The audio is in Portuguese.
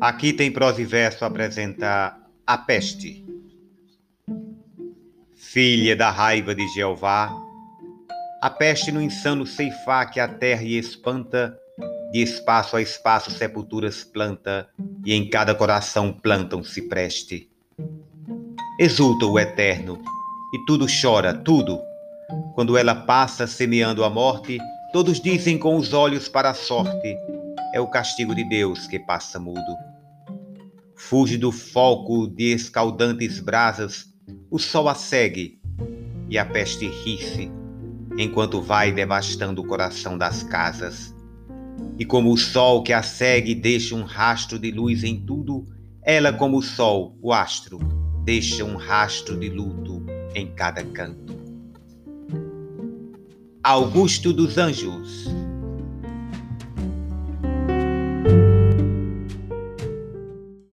Aqui tem prosa e verso apresenta a peste. Filha da raiva de Jeová, a peste no insano ceifar que a terra e espanta, de espaço a espaço sepulturas planta, e em cada coração planta um cipreste. Exulta o eterno, e tudo chora, tudo. Quando ela passa semeando a morte, todos dizem com os olhos para a sorte, é o castigo de Deus que passa mudo. Fuge do foco de escaldantes brasas, o sol a segue, e a peste ri-se, enquanto vai devastando o coração das casas. E como o sol que a segue deixa um rastro de luz em tudo, ela, como o sol, o astro, deixa um rastro de luto em cada canto. Augusto dos Anjos.